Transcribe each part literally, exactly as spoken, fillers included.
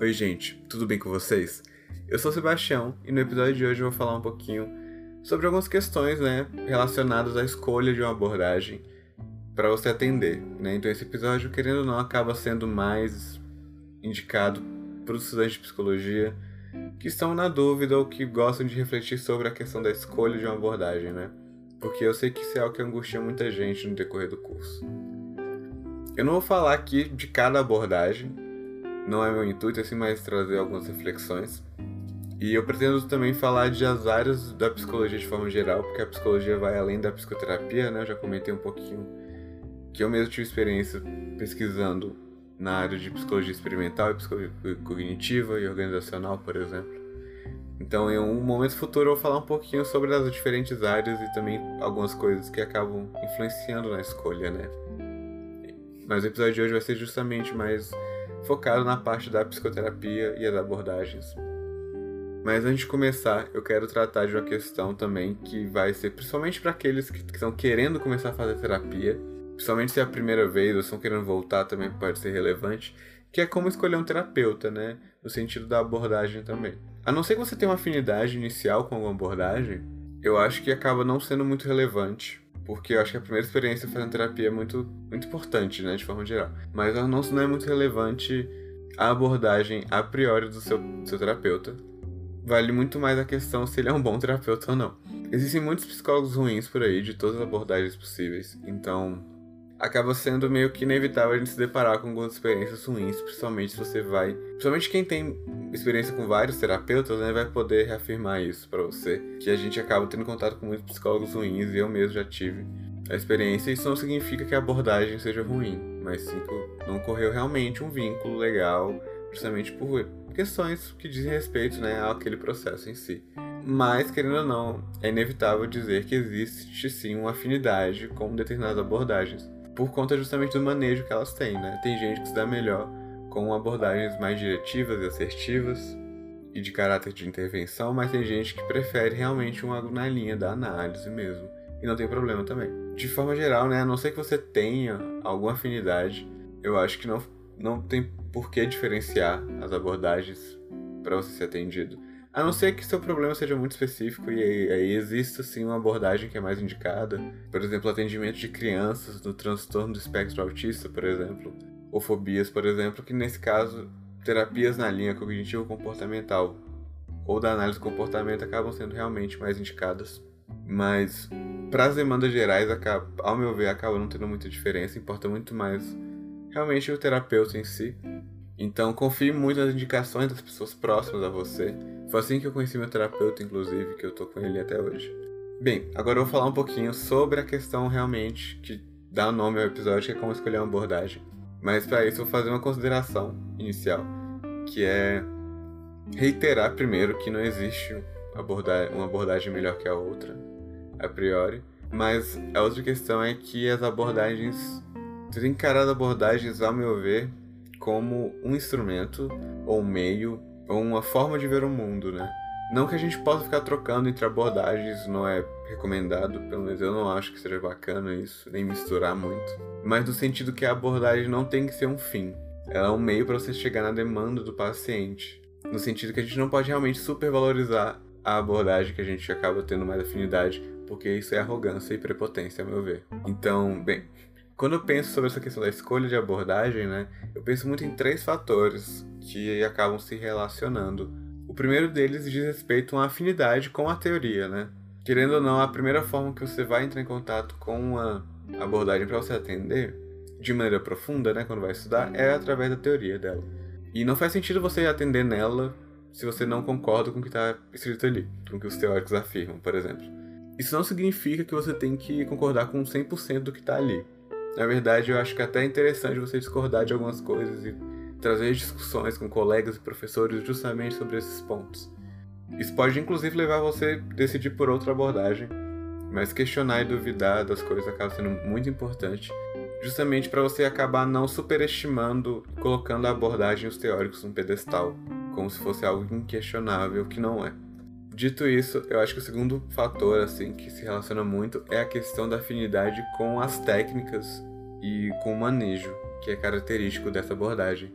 Oi gente, tudo bem com vocês? Eu sou o Sebastião e no episódio de hoje eu vou falar um pouquinho sobre algumas questões, né, relacionadas à escolha de uma abordagem para você atender, né? Então esse episódio, querendo ou não, acaba sendo mais indicado para os estudantes de psicologia que estão na dúvida ou que gostam de refletir sobre a questão da escolha de uma abordagem, né? Porque eu sei que isso é algo que angustia muita gente no decorrer do curso. Eu não vou falar aqui de cada abordagem, não é meu intuito, assim, mas trazer algumas reflexões. E eu pretendo também falar de as áreas da psicologia de forma geral, porque a psicologia vai além da psicoterapia, né? Eu já comentei um pouquinho que eu mesmo tive experiência pesquisando na área de psicologia experimental e psicologia cognitiva e organizacional, por exemplo. Então, em um momento futuro, eu vou falar um pouquinho sobre as diferentes áreas e também algumas coisas que acabam influenciando na escolha, né? Mas o episódio de hoje vai ser justamente mais focado na parte da psicoterapia e as abordagens. Mas antes de começar, eu quero tratar de uma questão também que vai ser principalmente para aqueles que estão querendo começar a fazer terapia, principalmente se é a primeira vez ou estão querendo voltar, também pode ser relevante, que é como escolher um terapeuta, né? No sentido da abordagem também. A não ser que você tenha uma afinidade inicial com alguma abordagem, eu acho que acaba não sendo muito relevante. Porque eu acho que a primeira experiência fazendo terapia é muito, muito importante, né, de forma geral. Mas não, não é muito relevante a abordagem a priori do seu, do seu terapeuta. Vale muito mais a questão se ele é um bom terapeuta ou não. Existem muitos psicólogos ruins por aí, de todas as abordagens possíveis. Então, acaba sendo meio que inevitável a gente se deparar com algumas experiências ruins, principalmente se você vai... Principalmente quem tem experiência com vários terapeutas, né, vai poder reafirmar isso pra você, que a gente acaba tendo contato com muitos psicólogos ruins, e eu mesmo já tive a experiência. Isso não significa que a abordagem seja ruim, mas sim que não ocorreu realmente um vínculo legal, justamente por questões que dizem respeito, né, àquele processo em si. Mas, querendo ou não, é inevitável dizer que existe sim uma afinidade com determinadas abordagens, por conta justamente do manejo que elas têm, né? Tem gente que se dá melhor com abordagens mais diretivas e assertivas e de caráter de intervenção, mas tem gente que prefere realmente um algo na linha da análise mesmo, e não tem problema também. De forma geral, né, a não ser que você tenha alguma afinidade, eu acho que não, não tem por que diferenciar as abordagens para você ser atendido. A não ser que seu problema seja muito específico e aí, aí exista sim uma abordagem que é mais indicada. Por exemplo, atendimento de crianças no transtorno do espectro autista, por exemplo. Ou fobias, por exemplo, que nesse caso, terapias na linha cognitivo-comportamental ou da análise do comportamento acabam sendo realmente mais indicadas. Mas, para as demandas gerais, acaba, ao meu ver, acaba não tendo muita diferença. Importa muito mais realmente o terapeuta em si. Então, confie muito nas indicações das pessoas próximas a você. Foi assim que eu conheci meu terapeuta, inclusive, que eu tô com ele até hoje. Bem, agora eu vou falar um pouquinho sobre a questão realmente que dá o nome ao episódio, que é como escolher uma abordagem. Mas para isso eu vou fazer uma consideração inicial, que é reiterar primeiro que não existe abordar, uma abordagem melhor que a outra, a priori. Mas a outra questão é que as abordagens... Você tem que encarar as abordagens, ao meu ver, como um instrumento, ou um meio, ou uma forma de ver o mundo, né? Não que a gente possa ficar trocando entre abordagens, não é recomendado, pelo menos eu não acho que seja bacana isso, nem misturar muito. Mas no sentido que a abordagem não tem que ser um fim. Ela é um meio para você chegar na demanda do paciente. No sentido que a gente não pode realmente supervalorizar a abordagem que a gente acaba tendo mais afinidade, porque isso é arrogância e prepotência, a meu ver. Então, bem... Quando eu penso sobre essa questão da escolha de abordagem, né, eu penso muito em três fatores que acabam se relacionando. O primeiro deles diz respeito a uma afinidade com a teoria, né? Querendo ou não, a primeira forma que você vai entrar em contato com uma abordagem para você atender, de maneira profunda, né, quando vai estudar, é através da teoria dela. E não faz sentido você atender nela se você não concorda com o que está escrito ali, com o que os teóricos afirmam, por exemplo. Isso não significa que você tem que concordar com cem por cento do que está ali. Na verdade, eu acho que até é interessante você discordar de algumas coisas e trazer discussões com colegas e professores justamente sobre esses pontos. Isso pode inclusive levar você a decidir por outra abordagem, mas questionar e duvidar das coisas acaba sendo muito importante, justamente para você acabar não superestimando e colocando a abordagem e os teóricos num pedestal, como se fosse algo inquestionável, que não é. Dito isso, eu acho que o segundo fator assim, que se relaciona muito é a questão da afinidade com as técnicas e com o manejo, que é característico dessa abordagem.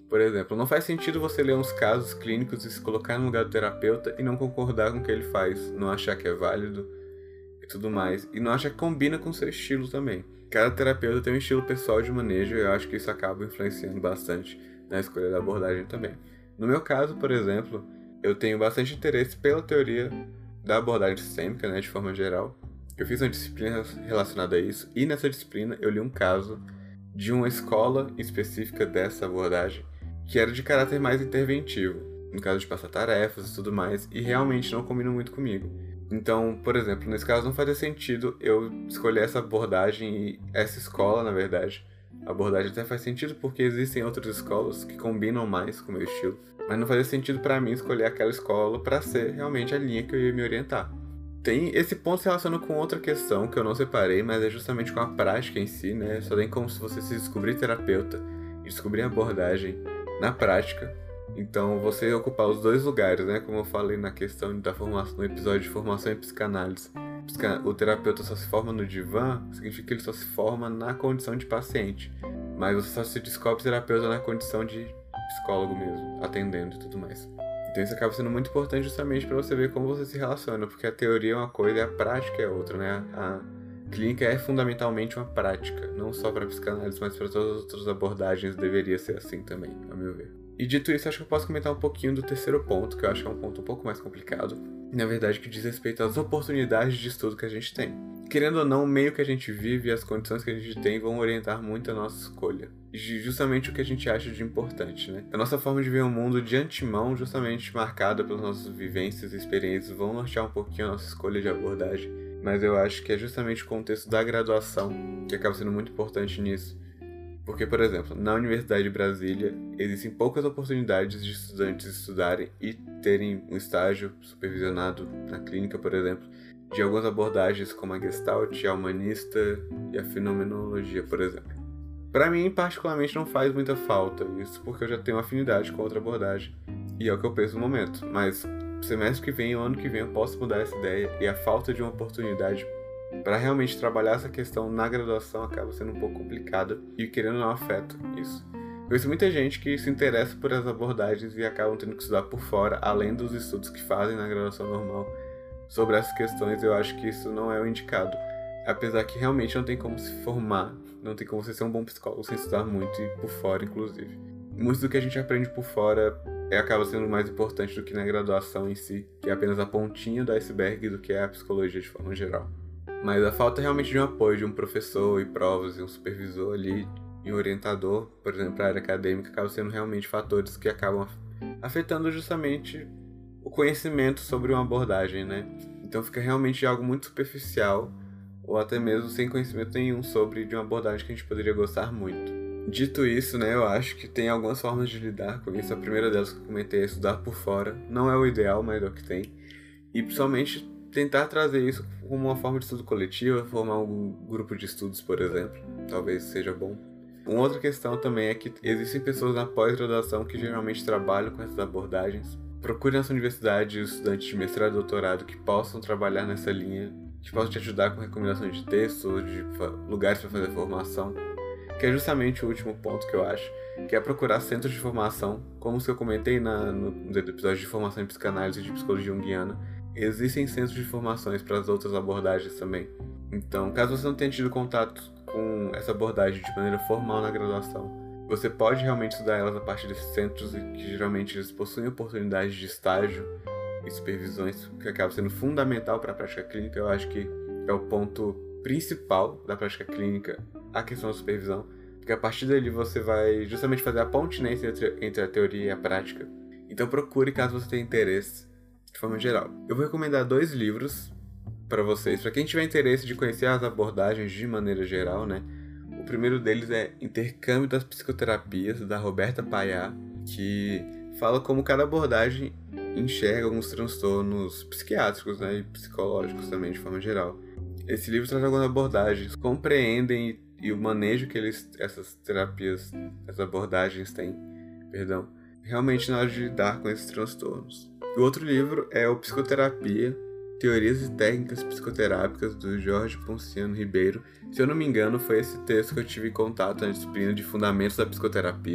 Por exemplo, não faz sentido você ler uns casos clínicos e se colocar no lugar do terapeuta e não concordar com o que ele faz, não achar que é válido e tudo mais, e não achar que combina com o seu estilo também. Cada terapeuta tem um estilo pessoal de manejo e eu acho que isso acaba influenciando bastante na escolha da abordagem também. No meu caso, por exemplo, eu tenho bastante interesse pela teoria da abordagem sistêmica, né, de forma geral. Eu fiz uma disciplina relacionada a isso e nessa disciplina eu li um caso de uma escola específica dessa abordagem que era de caráter mais interventivo, no caso de passar tarefas e tudo mais, e realmente não combina muito comigo. Então, por exemplo, nesse caso não fazia sentido eu escolher essa abordagem e essa escola, na verdade. A abordagem até faz sentido porque existem outras escolas que combinam mais com o meu estilo, mas não fazia sentido pra mim escolher aquela escola pra ser realmente a linha que eu ia me orientar. Tem esse ponto se relaciona com outra questão que eu não separei, mas é justamente com a prática em si, né? Só tem como se você se descobrir terapeuta e descobrir a abordagem na prática. Então, você ocupar os dois lugares, né? Como eu falei na questão da formação, no episódio de formação em psicanálise. O terapeuta só se forma no divã, significa que ele só se forma na condição de paciente. Mas você só se descobre terapeuta na condição de psicólogo mesmo, atendendo e tudo mais. Então isso acaba sendo muito importante justamente para você ver como você se relaciona, porque a teoria é uma coisa e a prática é outra, né? A clínica é fundamentalmente uma prática, não só para psicanálise, mas para todas as outras abordagens deveria ser assim também, a meu ver. E dito isso, acho que eu posso comentar um pouquinho do terceiro ponto, que eu acho que é um ponto um pouco mais complicado, na verdade que diz respeito às oportunidades de estudo que a gente tem. Querendo ou não, o meio que a gente vive e as condições que a gente tem vão orientar muito a nossa escolha. E justamente o que a gente acha de importante, né? A nossa forma de ver o mundo de antemão, justamente marcada pelas nossas vivências e experiências, vão nortear um pouquinho a nossa escolha de abordagem. Mas eu acho que é justamente o contexto da graduação que acaba sendo muito importante nisso. Porque, por exemplo, na Universidade de Brasília, existem poucas oportunidades de estudantes estudarem e terem um estágio supervisionado na clínica, por exemplo, de algumas abordagens como a Gestalt, a Humanista e a Fenomenologia, por exemplo. Para mim, particularmente, não faz muita falta isso, porque eu já tenho afinidade com outra abordagem, e é o que eu penso no momento. Mas, semestre que vem, o ano que vem, eu posso mudar essa ideia, e a falta de uma oportunidade para realmente trabalhar essa questão na graduação acaba sendo um pouco complicada e querendo não afeta isso. Eu conheço muita gente que se interessa por essas abordagens e acabam tendo que estudar por fora, além dos estudos que fazem na graduação normal. Sobre essas questões, eu acho que isso não é o indicado. Apesar que realmente não tem como se formar, não tem como você ser um bom psicólogo sem estudar muito e por fora, inclusive. Muito do que a gente aprende por fora é, acaba sendo mais importante do que na graduação em si, que é apenas a pontinha do iceberg do que é a psicologia de forma geral. Mas a falta realmente de um apoio de um professor e provas e um supervisor ali e um orientador, por exemplo, para a área acadêmica, acabam sendo realmente fatores que acabam afetando justamente o conhecimento sobre uma abordagem, né? Então fica realmente algo muito superficial ou até mesmo sem conhecimento nenhum sobre de uma abordagem que a gente poderia gostar muito. Dito isso, né, eu acho que tem algumas formas de lidar com isso. A primeira delas que eu comentei é estudar por fora. Não é o ideal, mas é o que tem. E principalmente tentar trazer isso como uma forma de estudo coletiva, formar um grupo de estudos, por exemplo. Talvez seja bom. Uma outra questão também é que existem pessoas na pós-graduação que geralmente trabalham com essas abordagens. Procure na sua universidade estudantes de mestrado e doutorado que possam trabalhar nessa linha, que possam te ajudar com recomendações de texto ou de lugares para fazer formação, que é justamente o último ponto que eu acho, que é procurar centros de formação, como eu comentei na, no, no episódio de formação em psicanálise e de psicologia junguiana. Existem centros de formações para as outras abordagens também. Então, caso você não tenha tido contato com essa abordagem de maneira formal na graduação, você pode realmente estudar elas a partir desses centros, que geralmente eles possuem oportunidades de estágio e supervisões, que acaba sendo fundamental para a prática clínica. Eu acho que é o ponto principal da prática clínica, a questão da supervisão, porque a partir dali você vai justamente fazer a ponte, né, entre, entre a teoria e a prática. Então procure caso você tenha interesse, de forma geral. Eu vou recomendar dois livros para vocês, para quem tiver interesse de conhecer as abordagens de maneira geral, né? O primeiro deles é Intercâmbio das Psicoterapias, da Roberta Paiá, que fala como cada abordagem enxerga alguns transtornos psiquiátricos, né, e psicológicos também, de forma geral. Esse livro traz algumas abordagens, compreendem e, e o manejo que eles, essas terapias, essas abordagens têm, perdão, realmente na hora de lidar com esses transtornos. O outro livro é o Psicoterapia, Teorias e Técnicas Psicoterápicas, do Jorge Ponciano Ribeiro. Se eu não me engano, foi esse texto que eu tive contato na disciplina de Fundamentos da Psicoterapia.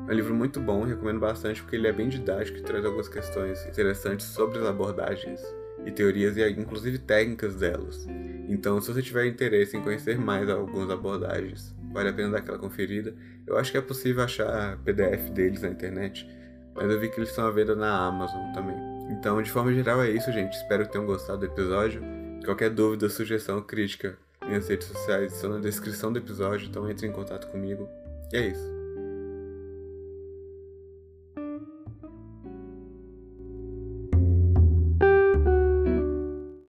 É um livro muito bom, recomendo bastante porque ele é bem didático e traz algumas questões interessantes sobre as abordagens e teorias e inclusive técnicas delas. Então, se você tiver interesse em conhecer mais algumas abordagens, vale a pena dar aquela conferida. Eu acho que é possível achar P D F deles na internet, mas eu vi que eles estão à venda na Amazon também. Então, de forma geral é isso, gente. Espero que tenham gostado do episódio. Qualquer dúvida, sugestão, crítica, minhas redes sociais estão na descrição do episódio, então entre em contato comigo. E é isso.